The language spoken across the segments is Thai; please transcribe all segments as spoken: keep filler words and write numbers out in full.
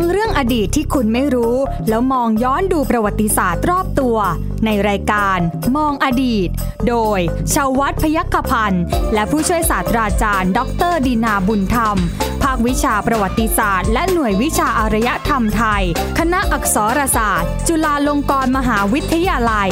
เรื่องอดีตที่คุณไม่รู้แล้วมองย้อนดูประวัติศาสตร์รอบตัวในรายการมองอดีตโดยชวัฒน์ พยัคฆพันธ์และผู้ช่วยศาสตราจารย์ดร.ดินาบุญธรรมภาควิชาประวัติศาสตร์และหน่วยวิชาอารยธรรมไทยคณะอักษรศาสตร์จุฬาลงกรณ์มหาวิทยาลัย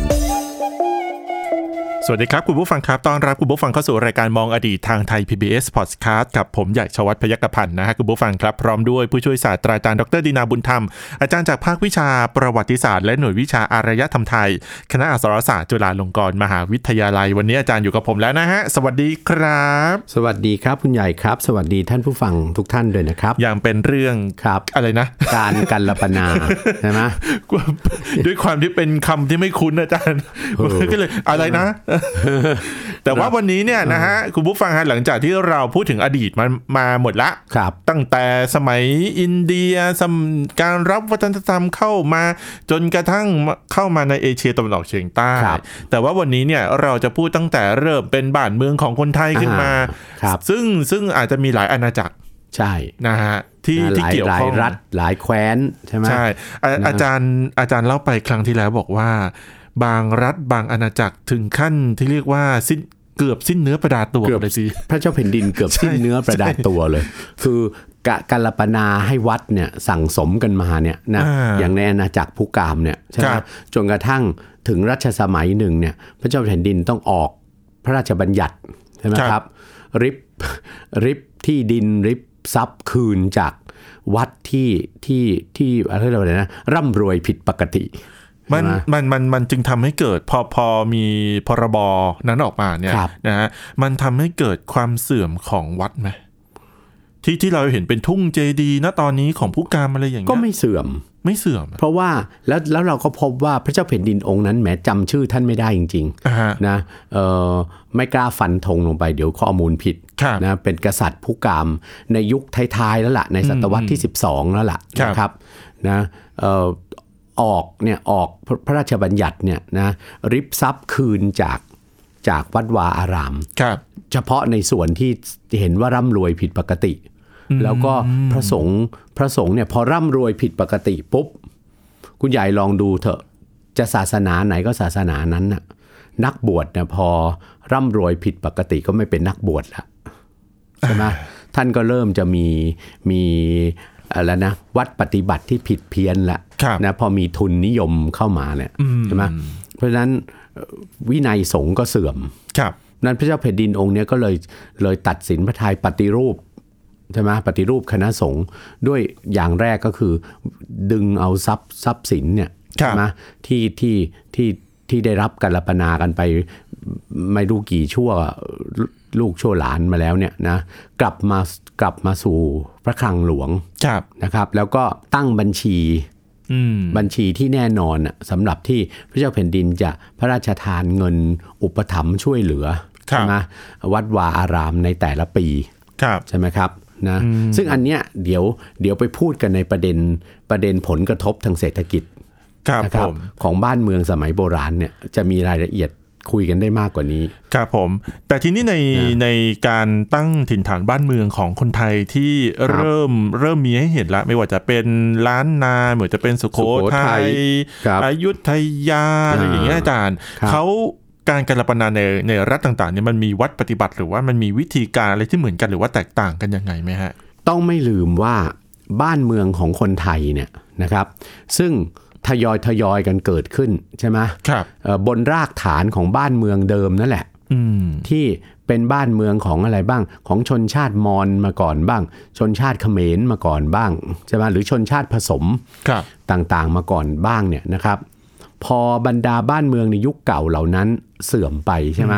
สวัสดีครับคุณผู้ฟังครับต้อนรับคุณผู้ฟังเข้าสู่รายการมองอดีตทางไทย พี บี เอส Podcast กับผมใหญ่ชวัฒน์ พยัคฆพันธ์นะฮะคุณผู้ฟังครับพร้อมด้วยผู้ช่วยศาสตราจารย์ดร.ดินาบุญธรรมอาจารย์จากภาควิชาประวัติศาสตร์และหน่วยวิชาอารยธรรมไทยคณะอักษรศาสตร์จุฬาลงกรณ์มหาวิทยาลัยวันนี้อาจารย์อยู่กับผมแล้วนะฮะสวัสดีครับสวัสดีครับคุณใหญ่ครับสวัสดีท่านผู้ฟังทุกท่านด้วยนะครับอย่างเป็นเรื่องครับอะไรนะการกัลปนาใช่ไหมด้วยความที่เป็นคำที่ไม่คุ้นอาจารย์ก็เลยอะไรนะแต่ว่าวันนี้เนี่ยนะฮะคุณผู้ฟังฮะหลังจากที่เราพูดถึงอดีตมามาหมดละตั้งแต่สมัยอินเดียการรับวัฒนธรรมเข้ามาจนกระทั่งเข้ามาในเอเชียตะวันออกเฉียงใต้แต่ว่าวันนี้เนี่ยเราจะพูดตั้งแต่เริ่มเป็นบ้านเมืองของคนไทยขึ้นมาซึ่งซึ่งอาจจะมีหลายอาณาจักรใช่นะฮะที่ที่เกี่ยวข้องหลายรัฐหลายแคว้นใช่ไหมใช่อาจารย์อาจารย์เล่าไปครั้งที่แล้วบอกว่าบางรัฐบางอาณาจักรถึงขั้นที่เรียกว่าสิ้นเกือบสิ้นเนื้อประดาตัวเลยสิพระเจ้าแผ่นดินเกือบสิ้นเนื้อประดาตัวเลยคือกะกัลปนาให้วัดเนี่ยสั่งสมกันมาเนี่ยนะ อ, อย่างในอาณาจักรพุกามเนี่ยใช่ไหมจนกระทั่งถึงรัชสมัยหนึ่งเนี่ยพระเจ้าแผ่นดินต้องออกพระราชบัญญัติใช่ไหมครับริบริบที่ดินริบทรัพย์คืนจากวัดที่ที่ที่อะไรนะร่ำรวยผิดปกติมันมันมันมันจึงทำให้เกิดพอพอมีพรบนั้นออกมาเนี่ยนะฮะมันทำให้เกิดความเสื่อมของวัดไหมที่ที่เราเห็นเป็นทุ่งเจดีย์ณตอนนี้ของผู้กามอะไรอย่างเงี้ยก็ไม่เสื่อมไม่เสื่อมเพราะว่าแล้วแล้วเราก็พบว่าพระเจ้าแผ่นดินองค์นั้นแหมจำชื่อท่านไม่ได้จริงๆนะเออไม่กล้าฟันธงลงไปเดี๋ยวข้อมูลผิดนะเป็นกษัตริย์ผู้กามในยุคท้ายๆแล้วล่ะในศตวรรษที่สิบสองแล้วล่ะนะครับนะเออออกเนี่ยออกพระราชบัญญัติเนี่ยนะริบทรัพย์คืนจากจากวัดวาอารามเฉพาะในส่วนที่เห็นว่าร่ำรวยผิดปกติแล้วก็พระสงฆ์พระสงฆ์เนี่ยพอร่ำรวยผิดปกติปุ๊บคุณใหญ่ลองดูเถอะจะศาสนาไหนก็ศาสนานั้นน่ะนักบวชเนี่ยพอร่ำรวยผิดปกติก็ไม่เป็นนักบวชละใช่ไหมท่านก็เริ่มจะมีมีอะไรนะวัดปฏิบัติที่ผิดเพี้ยนละนะพอมีทุนนิยมเข้ามาเนี่ยใช่ไหมเพราะฉะนั้นวินัยสงฆ์ก็เสื่อมนั้นพระเจ้าแผ่นดินองค์นี้ก็เลยเลยตัดสินพระทัยปฏิรูปใช่ไหมปฏิรูปคณะสงฆ์ด้วยอย่างแรกก็คือดึงเอาทรัพย์ทรัพย์สินเนี่ยใช่ไหมที่ที่ที่ที่ได้รับกัลปนากันไปไม่รู้กี่ชั่วลูกชั่วหลานมาแล้วเนี่ยนะกลับมากลับมาสู่พระคลังหลวงนะครับแล้วก็ตั้งบัญชีบัญชีที่แน่นอนสำหรับที่พระเจ้าแผ่นดินจะพระราชทานเงินอุปถัมภ์ช่วยเหลือใช่ไหมวัดวาอารามในแต่ละปีใช่ไหมครับนะซึ่งอันเนี้ยเดี๋ยวเดี๋ยวไปพูดกันในประเด็นประเด็นผลกระทบทางเศรษฐกิจนะครับของบ้านเมืองสมัยโบราณเนี่ยจะมีรายละเอียดคุยกันได้มากกว่านี้ครับผมแต่ทีนี้ในในการตั้งถิ่นฐานบ้านเมืองของคนไทยที่เริ่มเริ่มมีให้เห็นละไม่ว่าจะเป็นล้านนาเหมือนจะเป็นสุโขทัยอยุธยาอะไรอย่างเงี้ยอาจารย์เขาการกัลปนาในในรัฐต่างๆเนี่ยมันมีวัดปฏิบัติหรือว่ามันมีวิธีการอะไรที่เหมือนกันหรือว่าแตกต่างกันยังไงไหมฮะต้องไม่ลืมว่าบ้านเมืองของคนไทยเนี่ยนะครับซึ่งทยอยทยอยกันเกิดขึ้นใช่ไหมครับบนรากฐานของบ้านเมืองเดิมนั่นแหละที่เป็นบ้านเมืองของอะไรบ้างของชนชาติมอญมาก่อนบ้างชนชาติเขมรมาก่อนบ้างใช่ไหมหรือชนชาติผสมต่างๆมาก่อนบ้างเนี่ยนะครับพอบรรดาบ้านเมืองในยุคเก่าเหล่านั้นเสื่อมไปใช่ไหม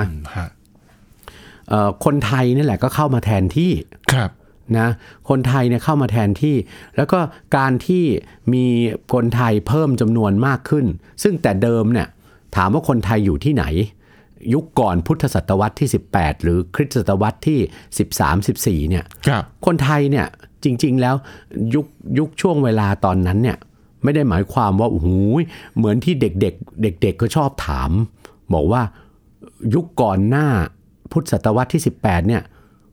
คนไทยนี่แหละก็เข้ามาแทนที่นะคนไทยเนี่ยเข้ามาแทนที่แล้วก็การที่มีคนไทยเพิ่มจำนวนมากขึ้นซึ่งแต่เดิมเนี่ยถามว่าคนไทยอยู่ที่ไหนยุคก่อนพุทธศตวรรษที่สิบแปดหรือคริสตศตวรรษที่สิบสาม สิบสี่เนี่ยคนไทยเนี่ยจริงๆแล้วยุคยุคช่วงเวลาตอนนั้นเนี่ยไม่ได้หมายความว่าโอ้โหเหมือนที่เด็กๆเด็กๆก็ชอบถามบอกว่ายุคก่อนหน้าพุทธศตวรรษที่สิบแปดเนี่ย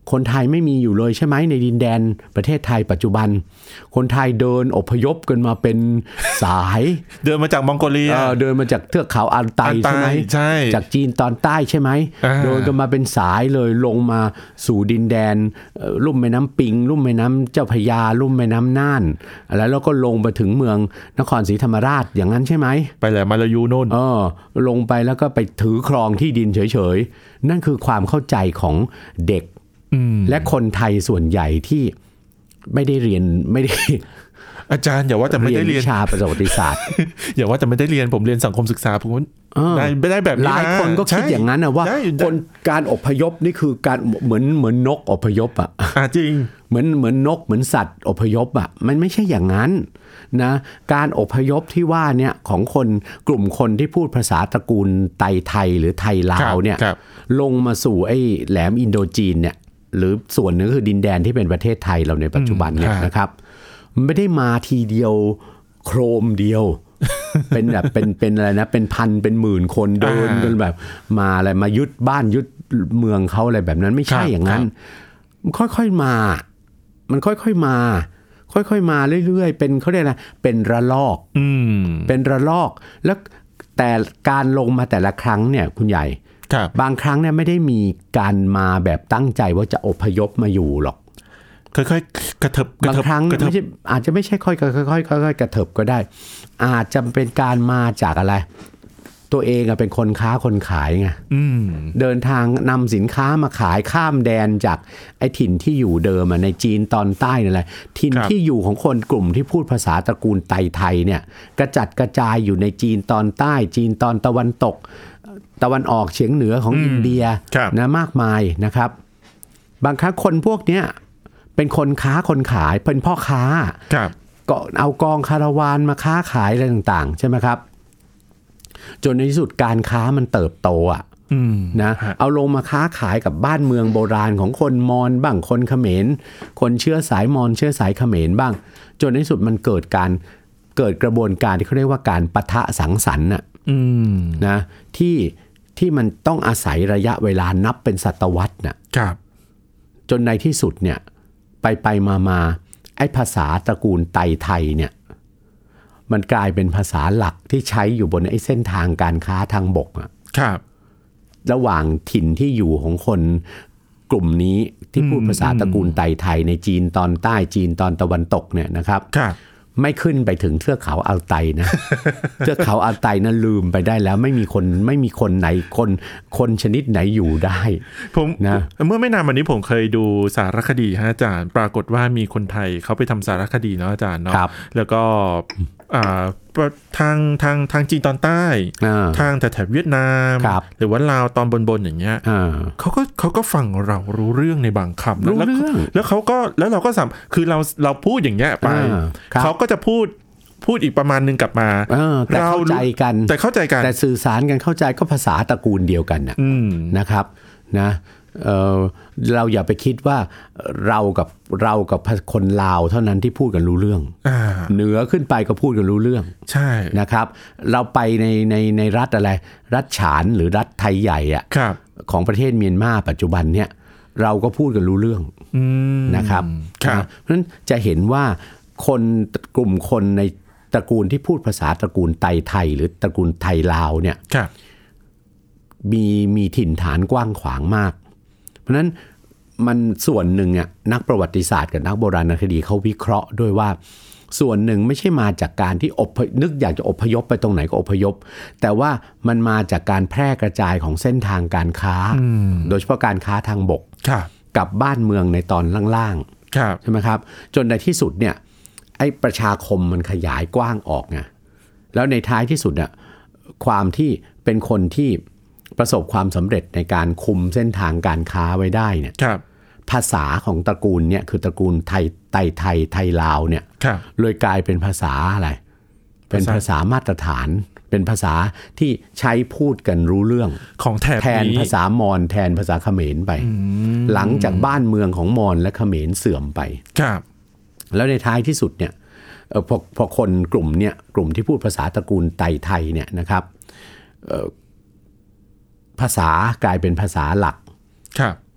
คนไทยไม่มีอยู่เลยใช่ไหมในดินแดนประเทศไทยปัจจุบันคนไทยเดินอพยพกันมาเป็นสายเดินมาจากมองโกเลียเออเดินมาจากเทือกเขาอัลไตใช่ไหมใช่จากจีนตอนใต้ใช่ไหมเดินกันมาเป็นสายเลยลงมาสู่ดินแดนลุ่มแม่น้ำปิงลุ่มแม่น้ำเจ้าพระยาลุ่มแม่น้ำน่านแล้วแล้วก็ลงไปถึงเมืองนครศรีธรรมราชอย่างนั้นใช่ไหมไปแหลมมาลายูโน่นเออลงไปแล้วก็ไปถือครองที่ดินเฉยๆนั่นคือความเข้าใจของเด็กและคนไทยส่วนใหญ่ที่ไม่ได้เรียนไม่ได้อาจารย์อย่าว่าแต่ไม่ได้เรียนวิชาประวัติศาสตร์อย่าว่าแต่ไม่ได้เรียนผมเรียนสังคมศึกษาผมได้ไม่ได้แบบนี้หลายคนก็คิดอย่างนั้นนะว่าคนการอพยพนี่คือการเหมือนเหมือนนกอพยพอ่ะจริงเหมือนเหมือนนกเหมือนสัตว์อพยพอ่ะมันไม่ใช่อย่างนั้นนะการอพยพที่ว่าเนี่ยของคนกลุ่มคนที่พูดภาษาตระกูลไตไทยหรือไทยลาวเนี่ยลงมาสู่ไอ้แหลมอินโดจีนเนี่ยหรือส่วนนึงคือดินแดนที่เป็นประเทศไทยเราในปัจจุบันเนี่ยนะครับไม่ได้มาทีเดียวโครมเดียว เป็นแบบเป็นเป็นอะไรนะเป็นพันเป็นหมื่นคนเดินกันแบบมาอะไรมายึดบ้านยึดเมืองเขาอะไรแบบนั้นไม่ใช่อย่างนั้นมันค่อยๆมามันค่อยๆมาค่อยๆมาเรื่อยๆเป็นเขาเรียกนะเป็นระลอกเป็นระลอกแล้วแต่การลงมาแต่ละครั้งเนี่ยคุณใหญ่บางครั้งเนี่ยไม่ได้มีการมาแบบตั้งใจว่าจะอพยพมาอยู่หรอกค่อยๆกระเถิบบางครั้งไม่ใช่อาจจะไม่ใช่ค่อยๆค่อยๆค่อยๆกระเถิบก็ได้อาจจะเป็นการมาจากอะไรตัวเองอะเป็นคนค้าคนขายไงเดินทางนำสินค้ามาขายข้ามแดนจากไอ้ถิ่นที่อยู่เดิมในจีนตอนใต้นั่นแหละถิ่นที่อยู่ของคนกลุ่มที่พูดภาษาตระกูลไตไทยเนี่ยกระจัดกระจายอยู่ในจีนตอนใต้จีนตอนตะวันตกตะวันออกเฉียงเหนือของอินเดียนะมากมายนะครับบางครั้งคนพวกเนี้ยเป็นคนค้าคนขายเป็นพ่อค้าก็เอากองคาราวานมาค้าขายอะไรต่างๆใช่ไหมครับจนในที่สุดการค้ามันเติบโตอ่ะนะเอาลงมาค้าขายกับบ้านเมืองโบราณของคนมอญบ้างคนเขมรคนเชื้อสายมอญเชื้อสายเขมรบ้างจนในที่สุดมันเกิดการเกิดกระบวนการที่เขาเรียกว่าการปะทะสังสรรค์น่ะนะที่ที่มันต้องอาศัยระยะเวลานับเป็นศตวรรษน่ะจนในที่สุดเนี่ยไปไปมามาไอ้ภาษาตระกูลไตไทยเนี่ยมันกลายเป็นภาษาหลักที่ใช้อยู่บนไอ้เส้นทางการค้าทางบกอ่ะครับระหว่างถิ่นที่อยู่ของคนกลุ่มนี้ที่พูดภาษาตระกูลไตไทยในจีนตอนใต้จีนตอนตะวันตกเนี่ยนะครับไม่ขึ้นไปถึงเทือกเขาอัลไตนะ เทือกเขาอัลไตนั้นลืมไปได้แล้วไม่มีคนไม่มีคนไหนคนคนชนิดไหนอยู่ได้ผมนะเมื่อไม่นานมานี้ผมเคยดูสารคดีฮะอาจารย์ปรากฏว่ามีคนไทยเขาไปทำสารคดีเนาะอาจารย์เนาะแล้วก็ทางทางทางจีนตอนใต้ทางแถบเวียดนามหรือว่าลาวตอนบนๆอย่างเงี้ยเขาก็เขาก็ฟังเรารู้เรื่องในบางคำแล้วแล้วเขาก็แล้วเราก็สามคือเราเราพูดอย่างเงี้ยไปเขาก็จะพูดพูดอีกประมาณนึงกลับมาแต่เข้าใจกันแต่เข้าใจกันแต่สื่อสารกันเข้าใจก็ภาษาตระกูลเดียวกันนะครับนะเอ่อเราอย่าไปคิดว่าเรากับเรากับคนลาวเท่านั้นที่พูดกันรู้เรื่องเหนือขึ้นไปก็พูดกันรู้เรื่องใช่นะครับเราไปในในในรัฐอะไรรัฐฉานหรือรัฐไทยใหญ่อะของประเทศเมียนมาปัจจุบันเนี่ยเราก็พูดกันรู้เรื่องนะครับนะเพราะฉะนั้นจะเห็นว่าคนกลุ่มคนในตระกูลที่พูดภาษาตระกูลไตไทยหรือตระกูลไทยลาวเนี่ยมีมีถิ่นฐานกว้างขวางมากเพราะนั้นมันส่วนหนึ่งอ่ะนักประวัติศาสตร์กับนักโบราณคดีเขาวิเคราะห์ด้วยว่าส่วนหนึ่งไม่ใช่มาจากการที่อบนึกอยากจะอพยพไปตรงไหนก็อพยพแต่ว่ามันมาจากการแพร่กระจายของเส้นทางการค้าโดยเฉพาะการค้าทางบกกับบ้านเมืองในตอนล่างๆใช่ไหมครับจนในที่สุดเนี่ยไอ้ประชาคมมันขยายกว้างออกไงแล้วในท้ายที่สุดอ่ะความที่เป็นคนที่ประสบความสำเร็จในการคุมเส้นทางการค้าไว้ได้เนี่ยภาษาของตระกูลเนี่ยคือตระกูลไทยไตไทยไทยลาวเนี่ยเลยกลายเป็นภาษาอะไรเป็นภาษามาตรฐานเป็นภาษาที่ใช้พูดกันรู้เรื่องของแถบแทนภาษามอญแทนภาษาเขมรไปหลังจากบ้านเมืองของมอญและเขมรเสื่อมไปแล้วในท้ายที่สุดเนี่ยพอพอคนกลุ่มเนี่ยกลุ่มที่พูดภาษาตระกูลไตไทยเนี่ยนะครับภาษากลายเป็นภาษาหลัก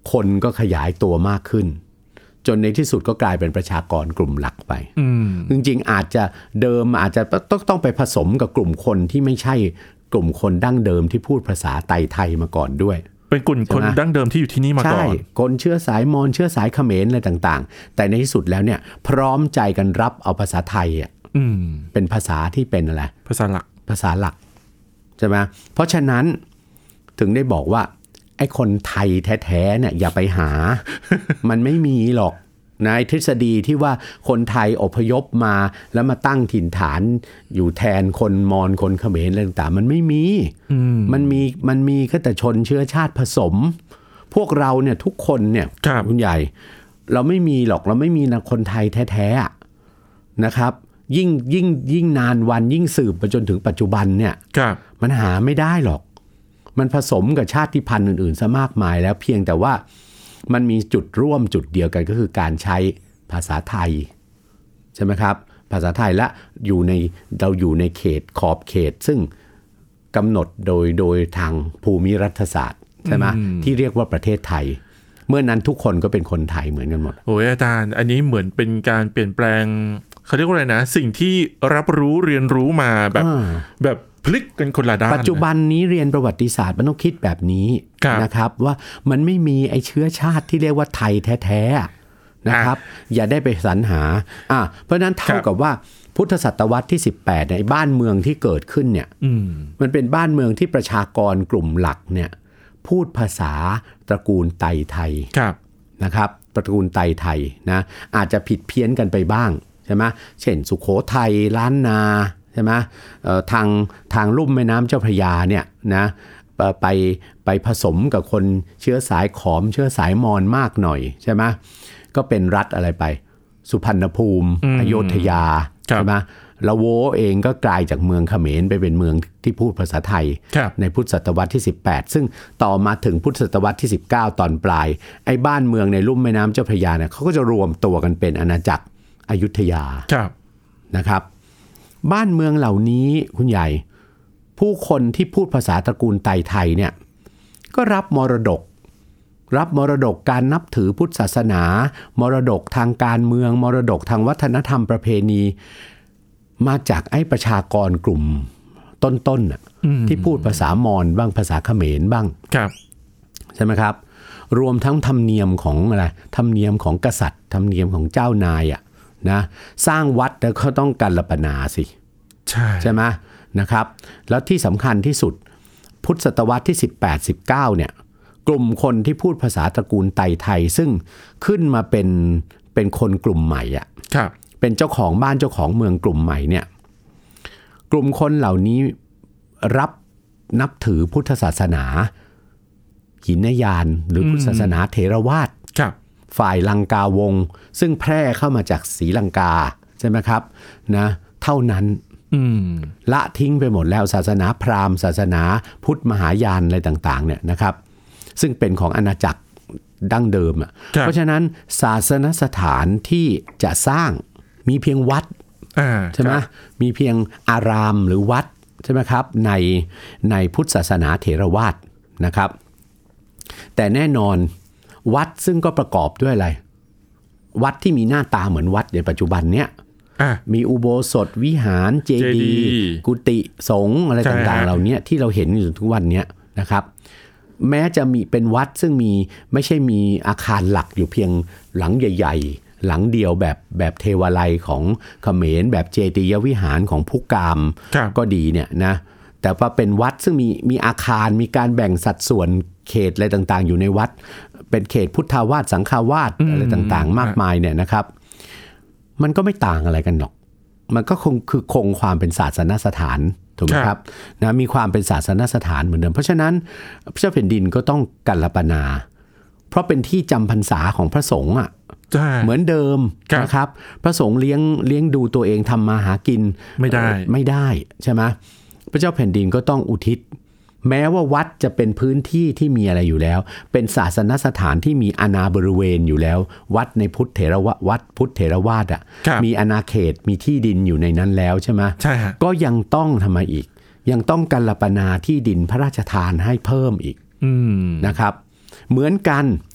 คนก็ขยายตัวมากขึ้นจนในที่สุดก็กลายเป็นประชากรกลุ่มหลักไปจริงๆอาจจะเดิมอาจจะต้องต้องไปผสมกับกลุ่มคนที่ไม่ใช่กลุ่มคนดั้งเดิมที่พูดภาษาไทยมาก่อนด้วยเป็นกลุ่มคนดั้งเดิมที่อยู่ที่นี่มาก่อนใช่คนเชื้อสายมอญเชื้อสายเขมรอะไรต่างๆแต่ในที่สุดแล้วเนี่ยพร้อมใจกันรับเอาภาษาไทยอ่ะเป็นภาษาที่เป็นอะไรภาษาหลักภาษาหลักใช่ไหมเพราะฉะนั้นถึงได้บอกว่าไอ้คนไทยแท้ๆเนี่ยอย่าไปหา มันไม่มีหรอกนะทฤษฎีที่ว่าคนไทยอพยพมาแล้วมาตั้งถิ่นฐานอยู่แทนคนมอญคนเขมรอะไรต่างๆมันไม่มีมันมีมันมีแค่แต่ชนเชื้อชาติผสมพวกเราเนี่ยทุกคนเนี่ยคุณใหญ่เราไม่มีหรอกเราไม่มีคนไทยแท้ๆนะครับยิ่งยิ่งยิ่งนานวันยิ่งสืบไปจนถึงปัจจุบันเนี่ยมันหาไม่ได้หรอกมันผสมกับชาติพันธุ์อื่นๆซะมากมายแล้วเพียงแต่ว่ามันมีจุดร่วมจุดเดียวกันก็คือการใช้ภาษาไทยใช่ไหมครับภาษาไทยและอยู่ในเราอยู่ในเขตขอบเขตซึ่งกำหนดโดยโดยทางภูมิรัฐศาสตร์ใช่ไหมที่เรียกว่าประเทศไทยเมื่อนั้นทุกคนก็เป็นคนไทยเหมือนกันหมดโอ้ยอาจารย์อันนี้เหมือนเป็นการเปลี่ยนแปลงเขาเรียกว่าอะไรนะสิ่งที่รับรู้เรียนรู้มาแบบแบบพลิกกันคนละด้านปัจจุบันนี้เรียนประวัติศาสตร์มันต้องคิดแบบนี้นะครับว่ามันไม่มีไอเชื้อชาติที่เรียกว่าไทยแท้ๆนะครับอย่าได้ไปสรรหาอ่ะเพราะนั้นเท่ากับว่าพุทธศตวรรษที่สิบแปดในบ้านเมืองที่เกิดขึ้นเนี่ยมันเป็นบ้านเมืองที่ประชากรกลุ่มหลักเนี่ยพูดภาษาตระกูลไตไทยนะครับตระกูลไตไทยนะอาจจะผิดเพี้ยนกันไปบ้างใช่ไหมเช่นสุโขทัยล้านนาใช่ไหมทางทางลุ่มแม่น้ำเจ้าพระยาเนี่ยนะไปไปผสมกับคนเชื้อสายขอมเชื้อสายมอญมากหน่อยใช่ไหมก็เป็นรัฐอะไรไปสุพรรณภูมิอโยธยาใช่ไหมละโวเองก็กลายจากเมืองเขมรไปเป็นเมืองที่พูดภาษาไทยในพุทธศตวรรษที่สิบแปดซึ่งต่อมาถึงพุทธศตวรรษที่สิบเก้าตอนปลายไอ้บ้านเมืองในลุ่มแม่น้ำเจ้าพระยาเนี่ยเขาก็จะรวมตัวกันเป็นอาณาจักรอยุธยานะครับบ้านเมืองเหล่านี้คุณใหญ่ผู้คนที่พูดภาษาตระกูลไตไทยเนี่ยก็รับมรดกรับมรดกการนับถือพุทธศาสนามรดกทางการเมืองมรดกทางวัฒนธรรมประเพณีมาจากไอ้ประชากรกลุ่มต้นๆที่พูดภาษามอญบ้างภาษาเขมรบ้างใช่ไหมครับรวมทั้งธรรมเนียมของอะไรธรรมเนียมของกษัตริย์ธรรมเนียมของเจ้านายอ่ะนะสร้างวัดแล้วเขาต้องกัลปนาสิใช่ใช่ไหมนะครับแล้วที่สำคัญที่สุดพุทธศตวรรษที่สิบแปด สิบเก้าเนี่ยกลุ่มคนที่พูดภาษาตระกูลไตไทยซึ่งขึ้นมาเป็นเป็นคนกลุ่มใหม่อ่ะเป็นเจ้าของบ้านเจ้าของเมืองกลุ่มใหม่เนี่ยกลุ่มคนเหล่านี้รับนับถือพุทธศาสนาหินยานหรือพุทธศาสนาเถรวาทฝ่ายลังกาวงศ์ซึ่งแพร่เข้ามาจากศรีลังกาใช่ไหมครับนะเท่านั้นละทิ้งไปหมดแล้วศาสนาพราหมณ์ศาสนาพุทธมหายานอะไรต่างๆเนี่ยนะครับซึ่งเป็นของอาณาจักรดั้งเดิมอ่ะเพราะฉะนั้นศาสนสถานที่จะสร้างมีเพียงวัดใช่ไหมมีเพียงอารามหรือวัดใช่ไหมครับในในพุทธศาสนาเถรวาทนะครับแต่แน่นอนวัดซึ่งก็ประกอบด้วยอะไรวัดที่มีหน้าตาเหมือนวัดในปัจจุบันเนี้ยมีอุโบสถวิหารเจดีย์กุฏิสงฆ์อะไรต่างๆเหล่านี้ที่เราเห็นอยู่ทุกวันนี้นะครับแม้จะมีเป็นวัดซึ่งมีไม่ใช่มีอาคารหลักอยู่เพียงหลังใหญ่ๆหลังเดียวแบบแบบเทวาลัยของเขมรแบบเจดียวิหารของพุกามก็ดีเนี่ยนะแต่ว่าเป็นวัดซึ่งมีมีอาคารมีการแบ่งสัดส่วนเขตอะไรต่างๆอยู่ในวัดเป็นเขตพุทธาวาสสังฆาวาสอะไรต่างๆมากมายเนี่ยนะครับมันก็ไม่ต่างอะไรกันหรอกมันก็คงคือคงความเป็นศาสนสถานถูกไหมครับนะมีความเป็นศาสนสถานเหมือนเดิมเพราะฉะนั้นพระเจ้าแผ่นดินก็ต้องกัลปนาเพราะเป็นที่จำพรรษาของพระสงฆ์อ่ะเหมือนเดิมนะครับพระสงฆ์เลี้ยงเลี้ยงดูตัวเองทำมาหากินไม่ได้ไม่ได้ใช่ไหมพระเจ้าแผ่นดินก็ต้องอุทิศแม้ว่าวัดจะเป็นพื้นที่ที่มีอะไรอยู่แล้วเป็นศาสนสถานที่มีอาณาบริเวณอยู่แล้ววัดในพุทธเถรวาทวัดพุทธเถรวาทอ่ะมีอาณาเขตมีที่ดินอยู่ในนั้นแล้วใช่ไหมใช่ฮะก็ยังต้องทำไมอีกยังต้องกัลปนาที่ดินพระราชทานให้เพิ่มอีกนะครับเหมือนกัน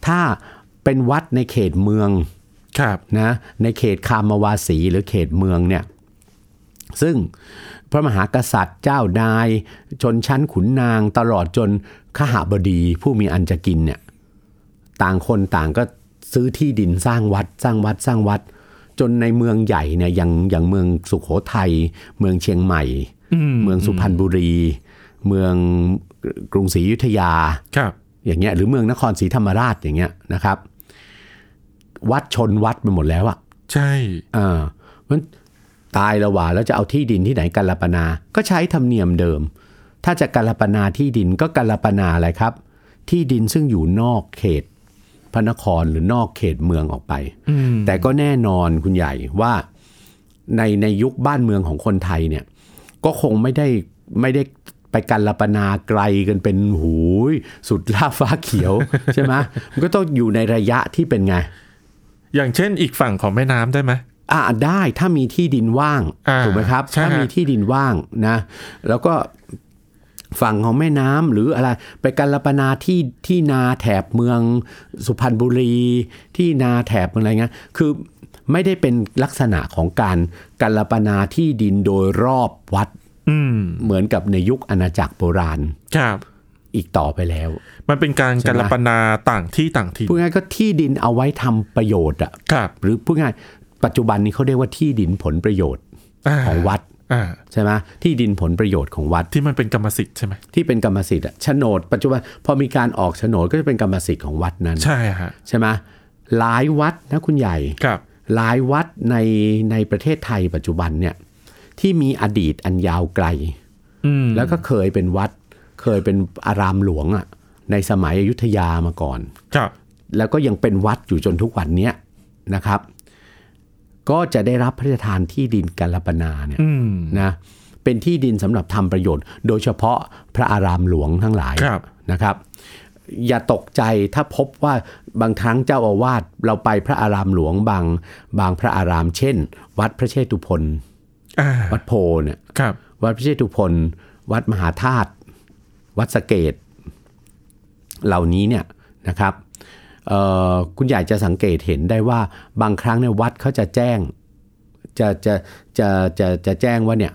ถ้าเป็นวัดในเขตเมืองนะในเขตคามวาสีหรือเขตเมืองเนี่ยซึ่งพระมหากษัตริย์เจ้านายชนชั้นขุนนางตลอดจนขหบดีผู้มีอันจะกินเนี่ยต่างคนต่างก็ซื้อที่ดินสร้างวัดสร้างวัดสร้างวัดจนในเมืองใหญ่เนี่ยอย่างอย่างเมืองสุโขทัยเมืองเชียงใหม่เมืองสุพรรณบุรีเมืองกรุงศรีอยุธยาอย่างเงี้ยหรือเมืองนครศรีธรรมราชอย่างเงี้ยนะครับวัดชนวัดไปหมดแล้วอ่ะใช่อ่ามันตายแล้วว่าแล้วจะเอาที่ดินที่ไหนกัลปนาก็ใช้ธรรมเนียมเดิมถ้าจะกัลปนาที่ดินก็กัลปนาอะไรครับที่ดินซึ่งอยู่นอกเขตพระนครหรือนอกเขตเมืองออกไปแต่ก็แน่นอนคุณใหญ่ว่าในในยุคบ้านเมืองของคนไทยเนี่ยก็คงไม่ได้ไม่ได้ไปกัลปนาไกลกันเป็นหูยสุดล่าฟ้าเขียว ใช่ไหมมันก็ต้องอยู่ในระยะที่เป็นไงอย่างเช่นอีกฝั่งของแม่น้ำได้ไหมอ่าได้ถ้ามีที่ดินว่างถูกไหมครับถ้ามีที่ดินว่างนะแล้วก็ฝั่งของแม่น้ำหรืออะไรไปกัลปนาที่ที่นาแถบเมืองสุพรรณบุรีที่นาแถบอะไรเงี้ยคือไม่ได้เป็นลักษณะของการกัลปนาที่ดินโดยรอบวัดเหมือนกับในยุคอาณาจักรโบราณครับอีกต่อไปแล้วมันเป็นการกัลปนาต่างที่ต่างที่พูดง่ายก็ที่ดินเอาไว้ทำประโยชน์อ่ะหรือพูดง่ายปัจจุบันนี้เขาเรียกว่าที่ดินผลประโยชน์ของวัดใช่ไหมที่ดินผลประโยชน์ของวัดที่มันเป็นกรรมสิทธิ์ใช่ไหมที่เป็นกรรมสิทธิ์อ่ะโฉนดปัจจุบันพอมีการออกโฉนดก็จะเป็นกรรมสิทธิ์ของวัดนั้นใช่ฮะใช่ไหมหลายวัดนะคุณใหญ่ครับหลายวัดในในประเทศไทยปัจจุบันเนี่ยที่มีอดีตอันยาวไกลแล้วก็เคยเป็นวัดเคยเป็นอารามหลวงอ่ะในสมัยอยุธยามาก่อนครับแล้วก็ยังเป็นวัดอยู่จนทุกวันนี้นะครับก็จะได้รับพระราชทานที่ดินกัลปนาเนี่ยนะเป็นที่ดินสำหรับทำประโยชน์โดยเฉพาะพระอารามหลวงทั้งหลายนะครับอย่าตกใจถ้าพบว่าบางครั้งเจ้าอาวาสเราไปพระอารามหลวงบางบางพระอารามเช่นวัดพระเชตุพนวัดโพเนี่ยวัดพระเชตุพนวัดมหาธาตุวัดสะเกษเหล่านี้เนี่ยนะครับคุณใหญ่จะสังเกตเห็นได้ว่าบางครั้งในวัดเขาจะแจ้งจะจะจะจะจะแจ้งว่าเนี่ย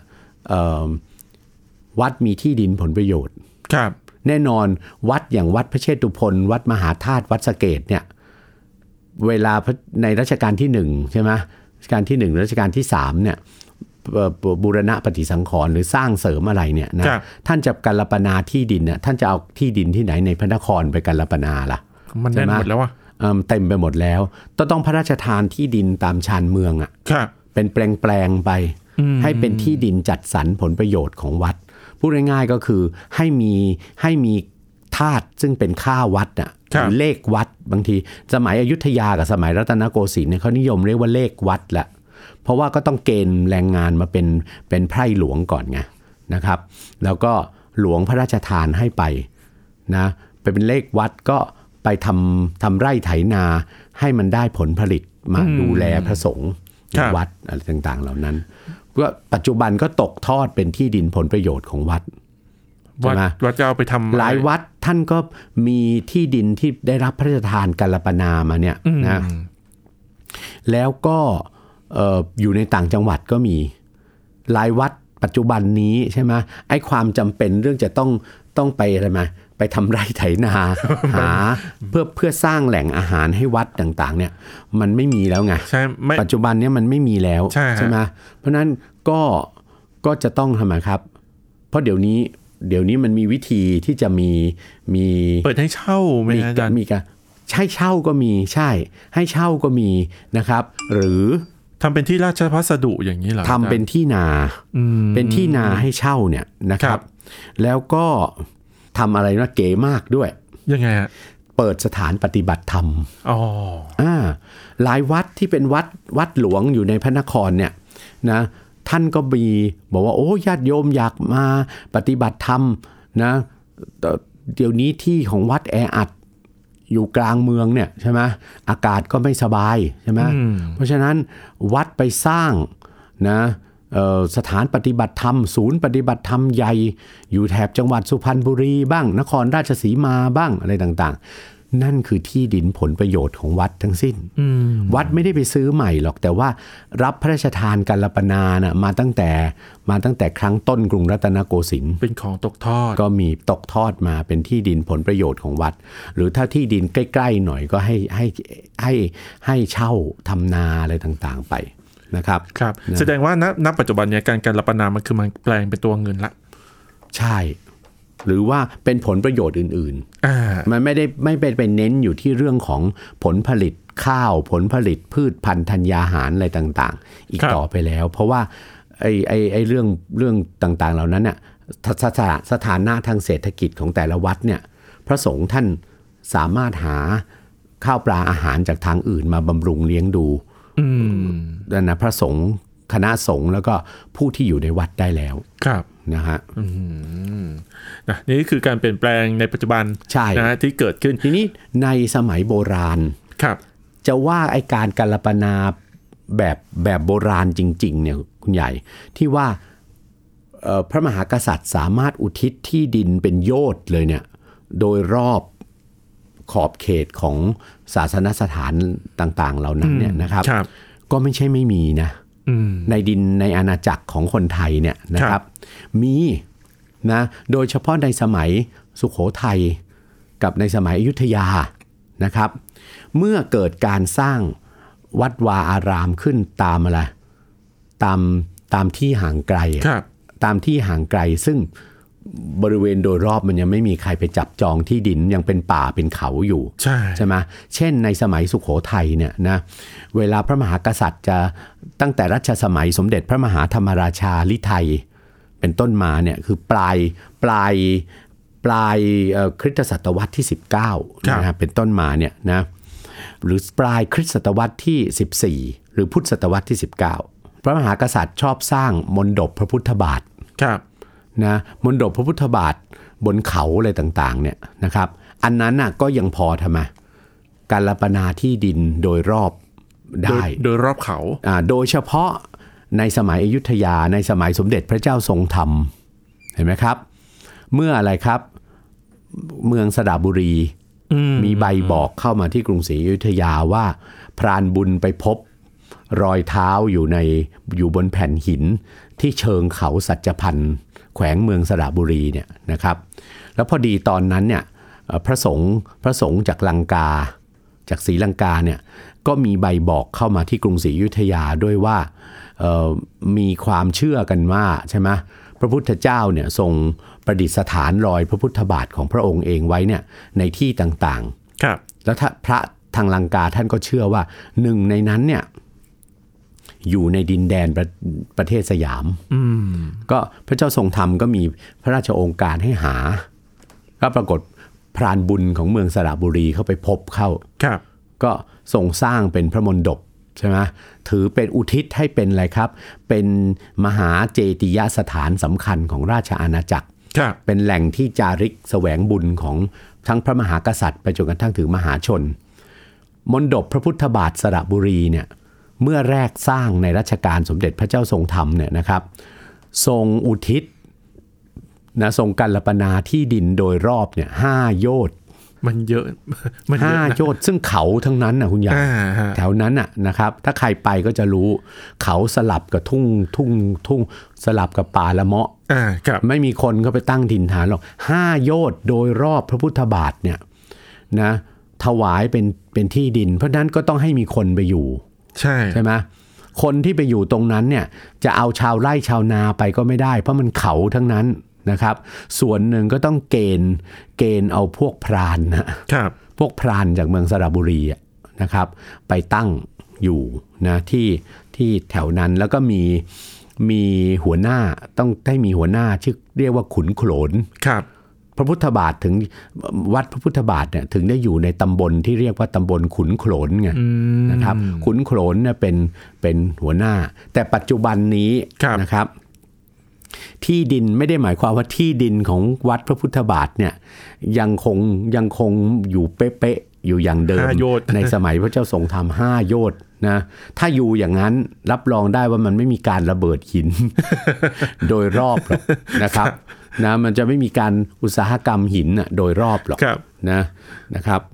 วัดมีที่ดินผลประโยชน์ครับแน่นอนวัดอย่างวัดพระเชตุพนวัดมหาธาตุวัดสะเกษเนี่ยเวลาในรัชกาลที่หนึ่งใช่ไหมรัชกาลที่หนึ่งรัชกาลที่สามเนี่ยบูรณะปฏิสังขรณ์หรือสร้างเสริมอะไรเนี่ยนะท่านจะกัลปนาที่ดินเนี่ยท่านจะเอาที่ดินที่ไหนในพระนครไปกัลปนาล่ะมันแน่นหมดแล้วอ่ะเต็มไปหมดแล้วต้องต้องพระราชทานที่ดินตามชานเมืองอ่ะเป็นแปลงๆไปให้เป็นที่ดินจัดสรรผลประโยชน์ของวัดพูดง่ายๆก็คือให้มีให้มีธาตุซึ่งเป็นค่าวัดอ่ะหรือเลขวัดบางทีสมัยอยุธยากับสมัยรัตนโกสินทร์เนี่ยเขานิยมเรียกว่าเลขวัดละเพราะว่าก็ต้องเกณฑ์แรงงานมาเป็นเป็นไพร่หลวงก่อนไงนะครับแล้วก็หลวงพระราชทานให้ไปนะไปเป็นเลขวัดก็ไปทำทำไร่ไถนาให้มันได้ผลผลิตมาดูแลพระสงฆ์วัดอะไรต่างๆเหล่านั้นก็ปัจจุบันก็ตกทอดเป็นที่ดินผลประโยชน์ของวัดใช่ไหมวัดจะเอาไปทำหลายวัดท่านก็มีที่ดินที่ได้รับพระราชทานกัลปนามาเนี่ยนะแล้วก็อยู่ในต่างจังหวัดก็มีหลายวัดปัจจุบันนี้ใช่ไหมไอ้ความจำเป็นเรื่องจะต้องต้องไปอะไรมาไปทำไร่ไถนาหาเพื่อเพื่อสร้างแหล่งอาหารให้วัดต่างๆเนี่ยมันไม่มีแล้วไงปัจจุบันเนี่ยมันไม่มีแล้วใช่ไหมเพราะนั้นก็ก็จะต้องทำไมครับเพราะเดี๋ยวนี้เดี๋ยวนี้มันมีวิธีที่จะมีมีเปิดให้เช่ามีการมีการใช่เช่าก็มีใช่ให้เช่าก็มีนะครับหรือทำเป็นที่ราชพัสดุอย่างนี้เหรอทำเป็นที่นาเป็นที่นาให้เช่าเนี่ยนะครับแล้วก็ทำอะไรนะเก๋มากด้วยยังไงฮะเปิดสถานปฏิบัติธรรมอ๋ออ่าหลายวัดที่เป็นวัดวัดหลวงอยู่ในพระนครเนี่ยนะท่านก็มีบอกว่าโอ้ญาติโยมอยากมาปฏิบัติธรรมนะเดี๋ยวนี้ที่ของวัดแออัดอยู่กลางเมืองเนี่ยใช่ไหมอากาศก็ไม่สบายใช่ไหมเพราะฉะนั้นวัดไปสร้างนะสถานปฏิบัติธรรมศูนย์ปฏิบัติธรรมใหญ่อยู่แถบจังหวัดสุพรรณบุรีบ้างนครราชสีมาบ้างอะไรต่างนั่นคือที่ดินผลประโยชน์ของวัดทั้งสิ้นวัดไม่ได้ไปซื้อใหม่หรอกแต่ว่ารับพระราชทานกัลปนานะมาตั้งแต่มาตั้งแต่ครั้งต้นกรุงรัตนโกสินทร์เป็นของตกทอดก็มีตกทอดมาเป็นที่ดินผลประโยชน์ของวัดหรือถ้าที่ดินใกล้ๆหน่อยก็ให้ให้ให้ให้เช่าทำนาอะไรต่างๆไปนะครับครับแสดงว่าณณปัจจุบันเนี่ยการกัลปนามันคือมันแปลงเป็นตัวเงินละใช่หรือว่าเป็นผลประโยชน์อื่นๆมันไม่ได้ไม่ไปไปเน้นอยู่ที่เรื่องของผลผลิตข้าวผลผลิตพืชพันธุ์ธัญญาหารอะไรต่างๆอีกต่อไปแล้วเพราะว่าไอ้ไอ้ไอ้เรื่องเรื่องต่างๆเหล่านั้นเนี่ยสถาสถานะทางเศรษฐกิจของแต่ละวัดเนี่ยพระสงฆ์ท่านสามารถหาข้าวปลาอาหารจากทางอื่นมาบำรุงเลี้ยงดูนะพระสงฆ์คณะสงฆ์แล้วก็ผู้ที่อยู่ในวัดได้แล้วครับนะฮะนะนี่คือการเปลี่ยนแปลงในปัจจุบันนะที่เกิดขึ้นทีนี้ในสมัยโบราณครับจะว่าไอ้การกัลปนาแบบแบบโบราณจริงๆเนี่ยคุณใหญ่ที่ว่าพระมหากษัตริย์สามารถอุทิศที่ดินเป็นโยชน์เลยเนี่ยโดยรอบขอบเขตของศาสนสถานต่างๆเหล่านั้นเนี่ยนะครับก็ไม่ใช่ไม่มีนะในดินในอาณาจักรของคนไทยเนี่ยนะครับมีนะโดยเฉพาะในสมัยสุโขทัยกับในสมัยอยุธยานะครับเมื่อเกิดการสร้างวัดวาอารามขึ้นตามอะไรตามตามที่ห่างไกลตามที่ห่างไกลซึ่งบริเวณโดยรอบมันยังไม่มีใครไปจับจองที่ดินยังเป็นป่าเป็นเขาอยู่ใช่ใช่ไหมเช่นในสมัยสุโขทัยเนี่ยนะเวลาพระมหากษัตริย์จะตั้งแต่รัชสมัยสมเด็จพระมหาธรรมราชาลิไทยเป็นต้นมาเนี่ยคือปลายปลายปลายคริสตศตวรรษที่สิบเก้านะเป็นต้นมาเนี่ยนะหรือปลายคริสตศตวรรษที่สิบสี่หรือพุทธศตวรรษที่สิบเก้าพระมหากษัตริย์ชอบสร้างมณฑปพระพุทธบาทนะมณฑปพระพุทธบาทบนเขาอะไรต่างๆเนี่ยนะครับอันนั้นน่ะก็ยังพอทำไมกัลปนาที่ดินโดยรอบได้โดยรอบเขาอ่าโดยเฉพาะในสมัยอยุธยาในสมัยสมเด็จพระเจ้าทรงธรรมเห็นไหมครับเมื่ออะไรครับเมืองสระบุรีมีใบบอกเข้ามาที่กรุงศรีอยุธยาว่าพรานบุญไปพบรอยเท้าอยู่ในอยู่บนแผ่นหินที่เชิงเขาสัจพันธ์แขวงเมืองสระบุรีเนี่ยนะครับแล้วพอดีตอนนั้นเนี่ยพระสงฆ์พระสงฆ์จากลังกาจากศรีลังกาเนี่ยก็มีใบบอกเข้ามาที่กรุงศรีอยุธยาด้วยว่ามีความเชื่อกันว่าใช่ไหมพระพุทธเจ้าเนี่ยทรงประดิษฐานรอยพระพุทธบาทของพระองค์เองไว้เนี่ยในที่ต่างๆครับแล้วถ้าพระทางลังกาท่านก็เชื่อว่าหนึ่งในนั้นเนี่ยอยู่ในดินแดนประ, ประเทศสยามก็พระเจ้าทรงธรรมก็มีพระราชโองการให้หาก็ปรากฏพรานบุญของเมืองสระบุรีเข้าไปพบเข้าก็ทรงสร้างเป็นพระมณฑปใช่ไหมถือเป็นอุทิศให้เป็นอะไรครับเป็นมหาเจติยสถานสำคัญของราชอาณาจักรเป็นแหล่งที่จาริกแสวงบุญของทั้งพระมหากษัตริย์ไปจนกระทั่งถึงมหาชนมณฑปพระพุทธบาทสระบุรีเนี่ยเมื่อแรกสร้างในรัชกาลสมเด็จพระเจ้าทรงธรรมเนี่ยนะครับทรงอุทิศนะทรงกัลปนาที่ดินโดยรอบเนี่ยห้าโยชน์มันเยอะมันห้าโยชน์ซึ่งเขาทั้งนั้นนะคุณใหญ่แถวนั้นน่ะนะครับถ้าใครไปก็จะรู้เขาสลับกับทุ่งทุ่งทุ่งสลับกับป่าละเมาะไม่มีคนก็ไปตั้งถิ่นฐานหรอกห้าโยชน์โดยรอบพระพุทธบาทเนี่ยนะถวายเป็นเป็นที่ดินเพราะนั้นก็ต้องให้มีคนไปอยู่ใช่ใช่ไหมคนที่ไปอยู่ตรงนั้นเนี่ยจะเอาชาวไร่ชาวนาไปก็ไม่ได้เพราะมันเขาทั้งนั้นนะครับส่วนหนึ่งก็ต้องเกณฑ์เกณฑ์เอาพวกพรานนะครับพวกพรานจากเมืองสระบุรีนะครับไปตั้งอยู่นะที่ที่แถวนั้นแล้วก็มีมีหัวหน้าต้องได้มีหัวหน้าชื่อเรียกว่าขุนโขลนครับพระพุทธบาทถึงวัดพระพุทธบาทเนี่ยถึงได้อยู่ในตำบลที่เรียกว่าตำบลขุนโขลนไงนะครับขุนโขลนเนี่ยเป็นเป็นหัวหน้าแต่ปัจจุบันนี้นะครับที่ดินไม่ได้หมายความว่าที่ดินของวัดพระพุทธบาทเนี่ยยังคงยังคงอยู่เป๊ะๆอยู่อย่างเดิมในสมัยพระเจ้าทรงธรรมห้าโยชน์นะถ้าอยู่อย่างนั้นรับรองได้ว่ามันไม่มีการระเบิดหิน โดยรอบหรอกนะครับนะมันจะไม่มีการอุตสาหกรรมหินน่ะโดยรอบหรอกนะนะครับ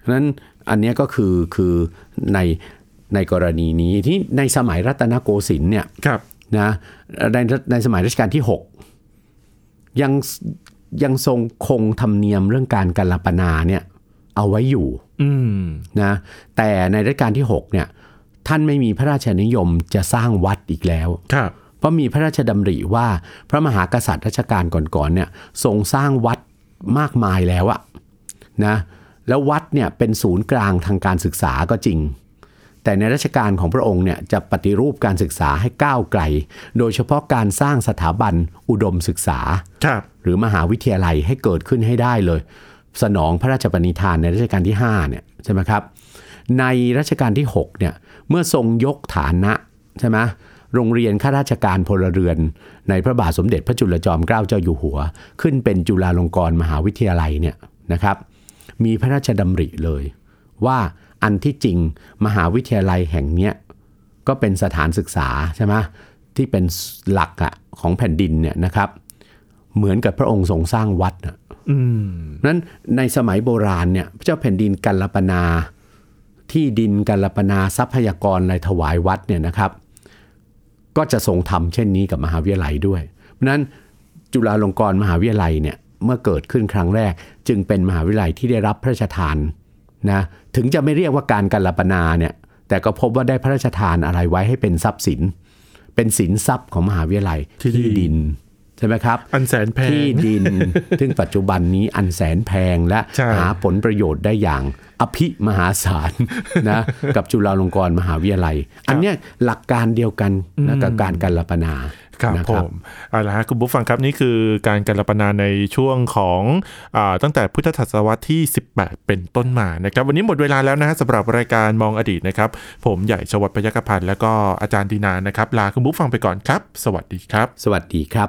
เพราะฉะนั้นอันนี้ก็คือคือในในกรณีนี้ที่ในสมัยรัตนโกสินทร์เนี่ยนะในในสมัยรัชกาลที่หกยังยังทรงคงธรรมเนียมเรื่องการกัลปนาเนี่ยเอาไว้อยู่นะแต่ในรัชกาลที่หกเนี่ยท่านไม่มีพระราชนิยมจะสร้างวัดอีกแล้วเพราะมีพระราชดำริว่าพระมหากษัตริย์รัชกาลก่อนๆเนี่ยทรงสร้างวัดมากมายแล้วอะนะแล้ววัดเนี่ยเป็นศูนย์กลางทางการศึกษาก็จริงแต่ในรัชกาลของพระองค์เนี่ยจะปฏิรูปการศึกษาให้ก้าวไกลโดยเฉพาะการสร้างสถาบันอุดมศึกษาหรือมหาวิทยาลัยให้เกิดขึ้นให้ได้เลยสนองพระราชปณิธานในรัชกาลที่ห้าเนี่ยใช่ไหมครับในรัชกาลที่หกเนี่ยเมื่อทรงยกฐานะใช่ไหมโรงเรียนข้าราชการพลเรือนในพระบาทสมเด็จพระจุลจอมเกล้าเจ้าอยู่หัวขึ้นเป็นจุฬาลงกรณ์มหาวิทยาลัยเนี่ยนะครับมีพระราชดำริเลยว่าอันที่จริงมหาวิทยาลัยแห่งเนี้ยก็เป็นสถานศึกษาใช่ไหมที่เป็นหลักอะของแผ่นดินเนี่ยนะครับเหมือนกับพระองค์ทรงสร้างวัดนะนั้นในสมัยโบราณเนี่ยพระเจ้าแผ่นดินกัลปนาที่ดินกัลปนาทรัพยากรอะไรถวายวัดเนี่ยนะครับก็จะทรงทำเช่นนี้กับมหาวิทยาลัยด้วยเพราะนั้นจุฬาลงกรณ์มหาวิทยาลัยเนี่ยเมื่อเกิดขึ้นครั้งแรกจึงเป็นมหาวิทยาลัยที่ได้รับพระราชทานนะถึงจะไม่เรียกว่าการกัลปนาเนี่ยแต่ก็พบว่าได้พระราชทานอะไรไว้ให้เป็นทรัพย์สินเป็นสินทรัพย์ของมหาวิทยาลัยที่ดินใช่ไหมครับอันแสนแพงที่ดิน ซึ่งปัจจุบันนี้อันแสนแพงและหาผลประโยชน์ได้อย่างอภิมหาศาลนะกับจุฬาลงกรณ์มหาวิทยาลัยอันเนี้ยหลักการเดียวกันนะกับการกัลปนาครับผมเอาละครับคุณผู้ฟังครับนี่คือการกัลปนาในช่วงของอ่าตั้งแต่พุทธศตวรรษที่สิบแปดเป็นต้นมานะครับวันนี้หมดเวลาแล้วนะฮะสำหรับรายการมองอดีตนะครับผมใหญ่ชวัฒน์พยัคฆพันธ์แล้วก็อาจารย์ดีนานะครับลาคุณผู้ฟังไปก่อนครับสวัสดีครับสวัสดีครับ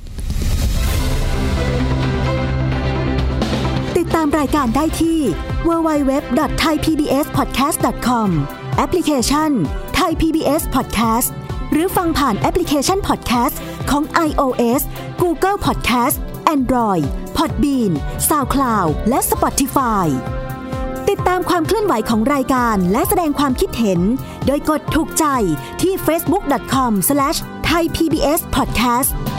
ติดตามรายการได้ที่ ดับเบิลยู ดับเบิลยู ดับเบิลยู ดอท ไทย พี บี เอส พอดแคสต์ ดอท คอม แอปพลิเคชัน Thai พี บี เอส Podcast หรือฟังผ่านแอปพลิเคชัน Podcast ของ iOS Google Podcast Android Podbean SoundCloud และ Spotify ติดตามความเคลื่อนไหวของรายการและแสดงความคิดเห็นโดยกดถูกใจที่ เฟซบุ๊ก ดอท คอม สแลช ไทย พี บี เอส พอดแคสต์